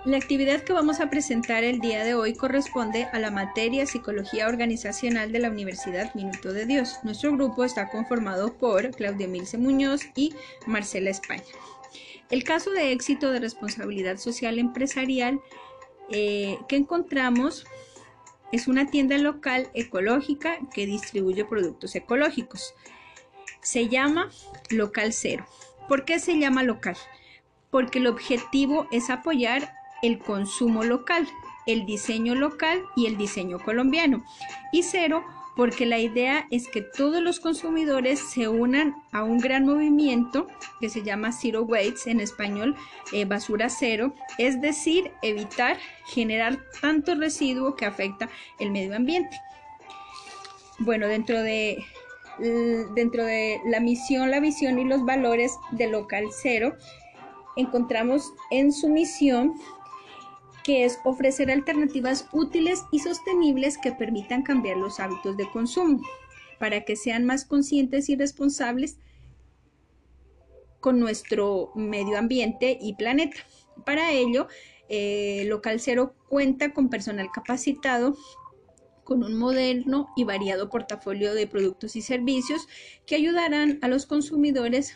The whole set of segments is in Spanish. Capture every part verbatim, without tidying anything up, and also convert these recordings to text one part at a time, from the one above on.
La actividad que vamos a presentar el día de hoy corresponde a la materia Psicología Organizacional de la Universidad Minuto de Dios. Nuestro grupo está conformado por Claudia Milce Muñoz y Marcela España. El caso de éxito de responsabilidad social empresarial eh, que encontramos es una tienda local ecológica que distribuye productos ecológicos. Se llama Local Cero. ¿Por qué se llama local? Porque el objetivo es apoyar el consumo local, el diseño local y el diseño colombiano. Y cero, porque la idea es que todos los consumidores se unan a un gran movimiento que se llama Zero Waste, en español eh, basura cero, es decir, evitar generar tanto residuo que afecta el medio ambiente. Bueno, dentro de, dentro de la misión, la visión y los valores de Local Cero, encontramos en su misión que es ofrecer alternativas útiles y sostenibles que permitan cambiar los hábitos de consumo para que sean más conscientes y responsables con nuestro medio ambiente y planeta. Para ello, eh, Local Cero cuenta con personal capacitado, con un moderno y variado portafolio de productos y servicios que ayudarán a los consumidores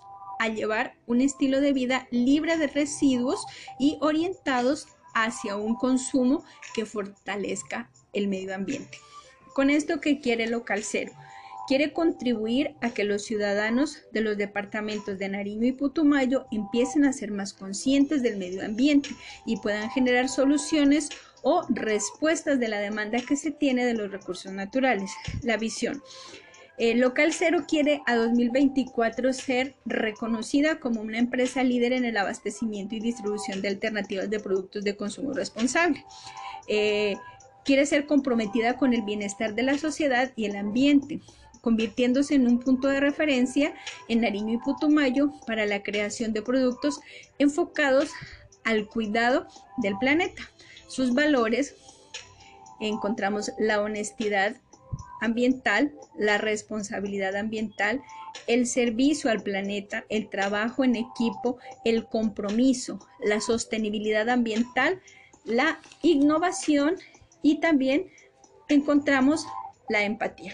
a llevar un estilo de vida libre de residuos y orientados hacia un consumo que fortalezca el medio ambiente. Con esto, ¿qué quiere Local Cero? Quiere contribuir a que los ciudadanos de los departamentos de Nariño y Putumayo empiecen a ser más conscientes del medio ambiente y puedan generar soluciones o respuestas de la demanda que se tiene de los recursos naturales. La visión. Eh, Local Cero quiere a dos mil veinticuatro ser reconocida como una empresa líder en el abastecimiento y distribución de alternativas de productos de consumo responsable. Eh, quiere ser comprometida con el bienestar de la sociedad y el ambiente, convirtiéndose en un punto de referencia en Nariño y Putumayo para la creación de productos enfocados al cuidado del planeta. Sus valores, encontramos la honestidad ambiental, la responsabilidad ambiental, el servicio al planeta, el trabajo en equipo, el compromiso, la sostenibilidad ambiental, la innovación y también encontramos la empatía.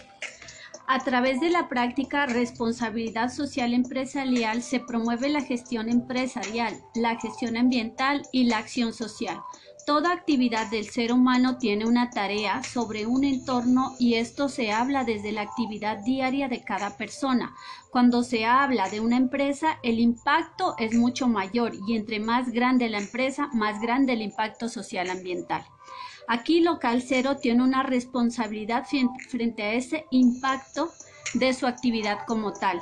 A través de la práctica responsabilidad social empresarial se promueve la gestión empresarial, la gestión ambiental y la acción social. Toda actividad del ser humano tiene una tarea sobre un entorno y esto se habla desde la actividad diaria de cada persona. Cuando se habla de una empresa, el impacto es mucho mayor y entre más grande la empresa, más grande el impacto social ambiental. Aquí Local Cero tiene una responsabilidad frente a ese impacto de su actividad como tal.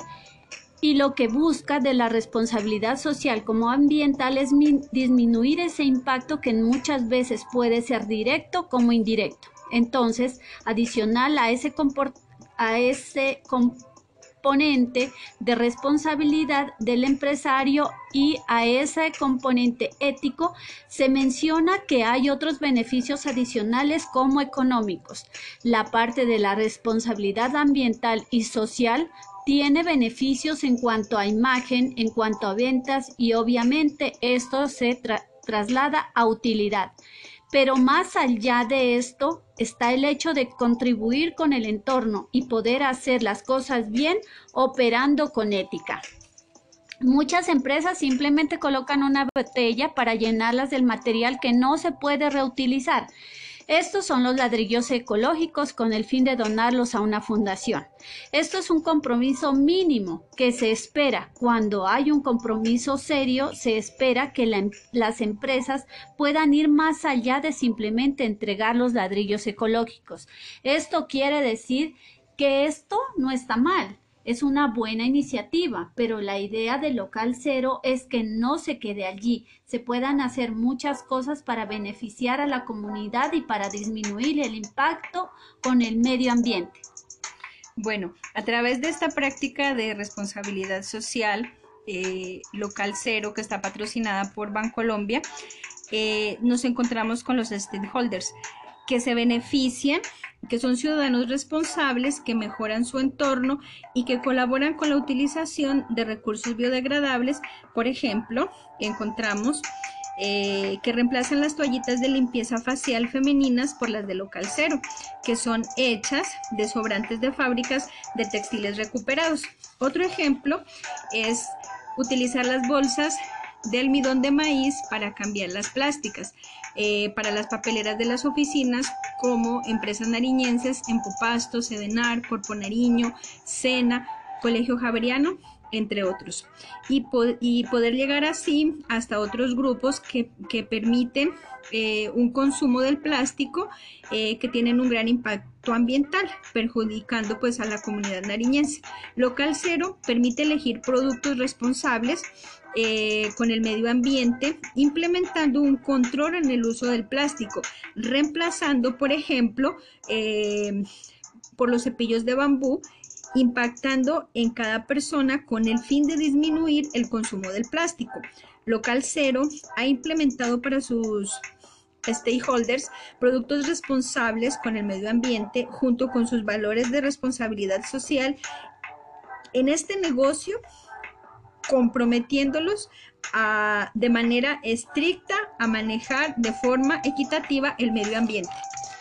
Y lo que busca de la responsabilidad social como ambiental es disminuir ese impacto que muchas veces puede ser directo como indirecto. Entonces, adicional a ese, a ese componente de responsabilidad del empresario y a ese componente ético, se menciona que hay otros beneficios adicionales como económicos. La parte de la responsabilidad ambiental y social tiene beneficios en cuanto a imagen, en cuanto a ventas y obviamente esto se tra traslada a utilidad. Pero más allá de esto está el hecho de contribuir con el entorno y poder hacer las cosas bien operando con ética. Muchas empresas simplemente colocan una botella para llenarlas del material que no se puede reutilizar. Estos son los ladrillos ecológicos con el fin de donarlos a una fundación. Esto es un compromiso mínimo que se espera. Cuando hay un compromiso serio, se espera que la, las empresas puedan ir más allá de simplemente entregar los ladrillos ecológicos. Esto quiere decir que esto no está mal. Es una buena iniciativa, pero la idea de Local Cero es que no se quede allí. Se puedan hacer muchas cosas para beneficiar a la comunidad y para disminuir el impacto con el medio ambiente. Bueno, a través de esta práctica de responsabilidad social, eh, Local Cero, que está patrocinada por Bancolombia, eh, nos encontramos con los stakeholders que se benefician, que son ciudadanos responsables, que mejoran su entorno y que colaboran con la utilización de recursos biodegradables. Por ejemplo, encontramos eh, que reemplazan las toallitas de limpieza facial femeninas por las de Local Cero, que son hechas de sobrantes de fábricas de textiles recuperados. Otro ejemplo es utilizar las bolsas de almidón de maíz para cambiar las plásticas, eh, para las papeleras de las oficinas como Empresas Nariñenses, Empopasto, Sedenar, Corpo Nariño, Sena, Colegio Javeriano, entre otros, y, po y poder llegar así hasta otros grupos que, que permiten eh, un consumo del plástico eh, que tienen un gran impacto ambiental, perjudicando pues a la comunidad nariñense. Local Cero permite elegir productos responsables eh, con el medio ambiente, implementando un control en el uso del plástico, reemplazando, por ejemplo, eh, por los cepillos de bambú, impactando en cada persona con el fin de disminuir el consumo del plástico. Local Cero ha implementado para sus stakeholders productos responsables con el medio ambiente junto con sus valores de responsabilidad social en este negocio, comprometiéndolos a, de manera estricta a manejar de forma equitativa el medio ambiente.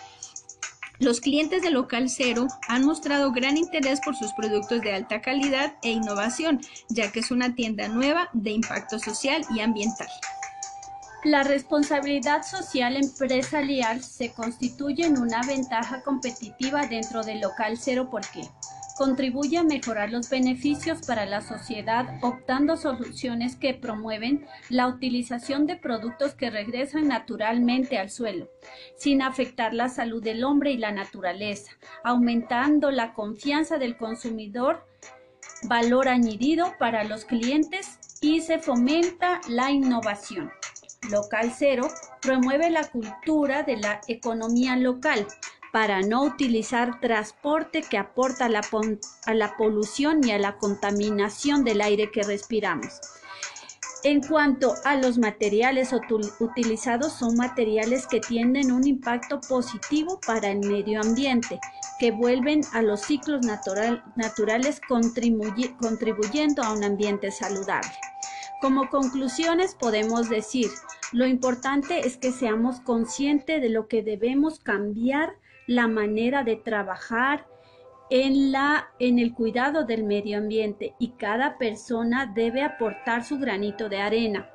Los clientes de Local Cero han mostrado gran interés por sus productos de alta calidad e innovación, ya que es una tienda nueva de impacto social y ambiental. La responsabilidad social empresarial se constituye en una ventaja competitiva dentro de Local Cero porque contribuye a mejorar los beneficios para la sociedad optando soluciones que promueven la utilización de productos que regresan naturalmente al suelo, sin afectar la salud del hombre y la naturaleza, aumentando la confianza del consumidor, valor añadido para los clientes y se fomenta la innovación. Local Cero promueve la cultura de la economía local, para no utilizar transporte que aporta a la, a la polución y a la contaminación del aire que respiramos. En cuanto a los materiales utilizados, son materiales que tienen un impacto positivo para el medio ambiente, que vuelven a los ciclos natural, naturales contribuy, contribuyendo a un ambiente saludable. Como conclusiones podemos decir, lo importante es que seamos conscientes de lo que debemos cambiar la manera de trabajar en, la, en el cuidado del medio ambiente y cada persona debe aportar su granito de arena.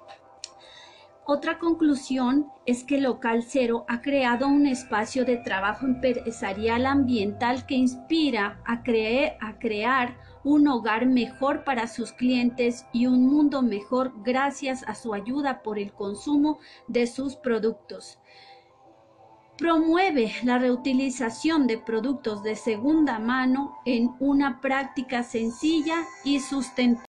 Otra conclusión es que Local Cero ha creado un espacio de trabajo empresarial ambiental que inspira a, cre a crear un hogar mejor para sus clientes y un mundo mejor gracias a su ayuda por el consumo de sus productos. Promueve la reutilización de productos de segunda mano en una práctica sencilla y sustentable.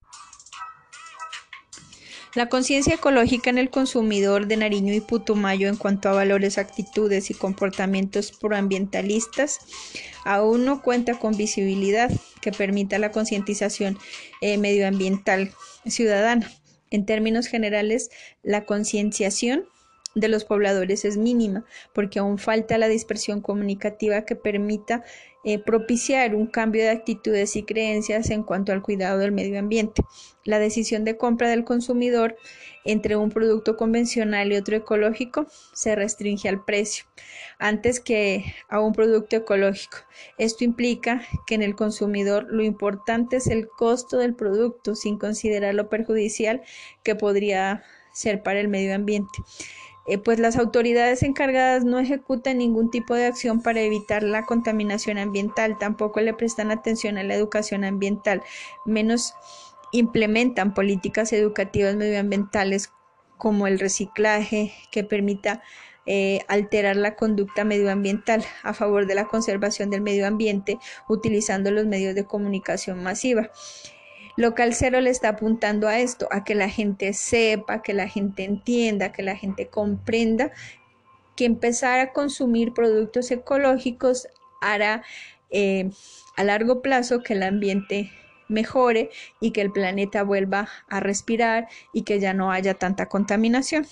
La conciencia ecológica en el consumidor de Nariño y Putumayo en cuanto a valores, actitudes y comportamientos proambientalistas aún no cuenta con visibilidad que permita la concientización eh, medioambiental ciudadana. En términos generales, la concienciación de los pobladores es mínima, porque aún falta la dispersión comunicativa que permita eh, propiciar un cambio de actitudes y creencias en cuanto al cuidado del medio ambiente. La decisión de compra del consumidor entre un producto convencional y otro ecológico se restringe al precio antes que a un producto ecológico. Esto implica que en el consumidor lo importante es el costo del producto sin considerar lo perjudicial que podría ser para el medio ambiente. Eh, pues las autoridades encargadas no ejecutan ningún tipo de acción para evitar la contaminación ambiental, tampoco le prestan atención a la educación ambiental, menos implementan políticas educativas medioambientales como el reciclaje que permita eh, alterar la conducta medioambiental a favor de la conservación del medio ambiente utilizando los medios de comunicación masiva. Local Cero le está apuntando a esto, a que la gente sepa, que la gente entienda, que la gente comprenda que empezar a consumir productos ecológicos hará eh, a largo plazo que el ambiente mejore y que el planeta vuelva a respirar y que ya no haya tanta contaminación.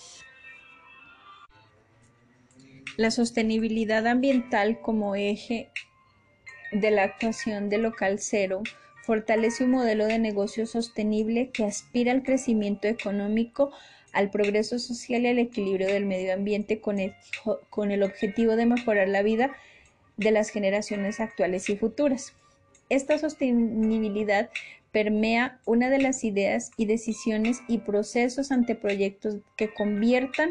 La sostenibilidad ambiental como eje de la actuación de Local Cero fortalece un modelo de negocio sostenible que aspira al crecimiento económico al progreso social y al equilibrio del medio ambiente con el, con el objetivo de mejorar la vida de las generaciones actuales y futuras. Esta sostenibilidad permea una de las ideas y decisiones y procesos ante proyectos que conviertan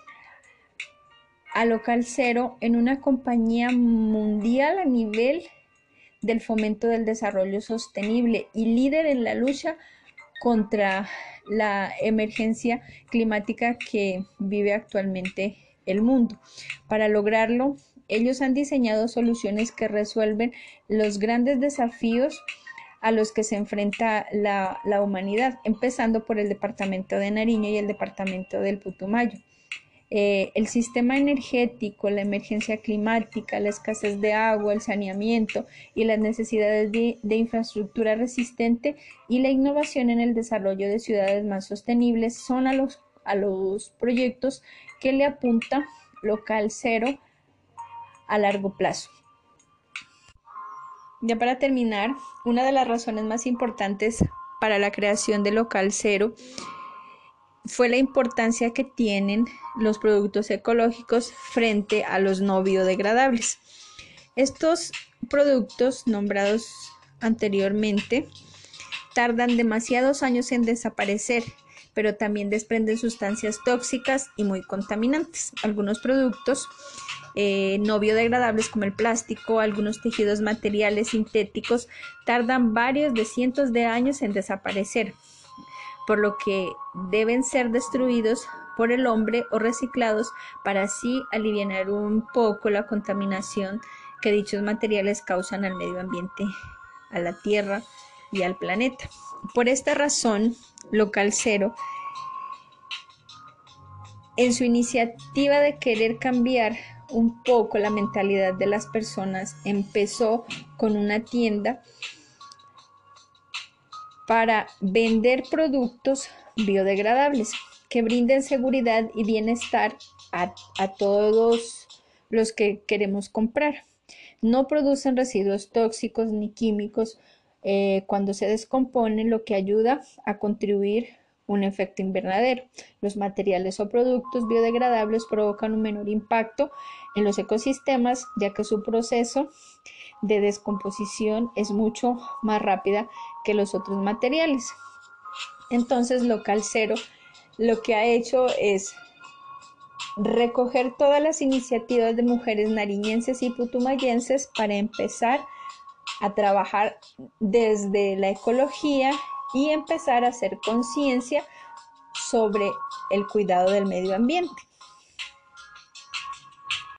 a Local Zero en una compañía mundial a nivel del fomento del desarrollo sostenible y líder en la lucha contra la emergencia climática que vive actualmente el mundo. Para lograrlo, ellos han diseñado soluciones que resuelven los grandes desafíos a los que se enfrenta la, la humanidad, empezando por el departamento de Nariño y el departamento del Putumayo. Eh, el sistema energético, la emergencia climática, la escasez de agua, el saneamiento y las necesidades de, de infraestructura resistente y la innovación en el desarrollo de ciudades más sostenibles son a los, a los proyectos que le apunta Local Zero a largo plazo. Ya para terminar, una de las razones más importantes para la creación de Local Zero fue la importancia que tienen los productos ecológicos frente a los no biodegradables. Estos productos nombrados anteriormente tardan demasiados años en desaparecer, pero también desprenden sustancias tóxicas y muy contaminantes. Algunos productos eh, no biodegradables como el plástico, algunos tejidos materiales sintéticos tardan varios de cientos de años en desaparecer, por lo que deben ser destruidos por el hombre o reciclados para así aliviar un poco la contaminación que dichos materiales causan al medio ambiente, a la tierra y al planeta. Por esta razón, Local Zero, en su iniciativa de querer cambiar un poco la mentalidad de las personas, empezó con una tienda para vender productos biodegradables que brinden seguridad y bienestar a, a todos los que queremos comprar. No producen residuos tóxicos ni químicos eh, cuando se descomponen, lo que ayuda a contribuir un efecto invernadero. Los materiales o productos biodegradables provocan un menor impacto en los ecosistemas, ya que su proceso de descomposición es mucho más rápida que los otros materiales. Entonces, Local Zero lo que ha hecho es recoger todas las iniciativas de mujeres nariñenses y putumayenses para empezar a trabajar desde la ecología y empezar a hacer conciencia sobre el cuidado del medio ambiente.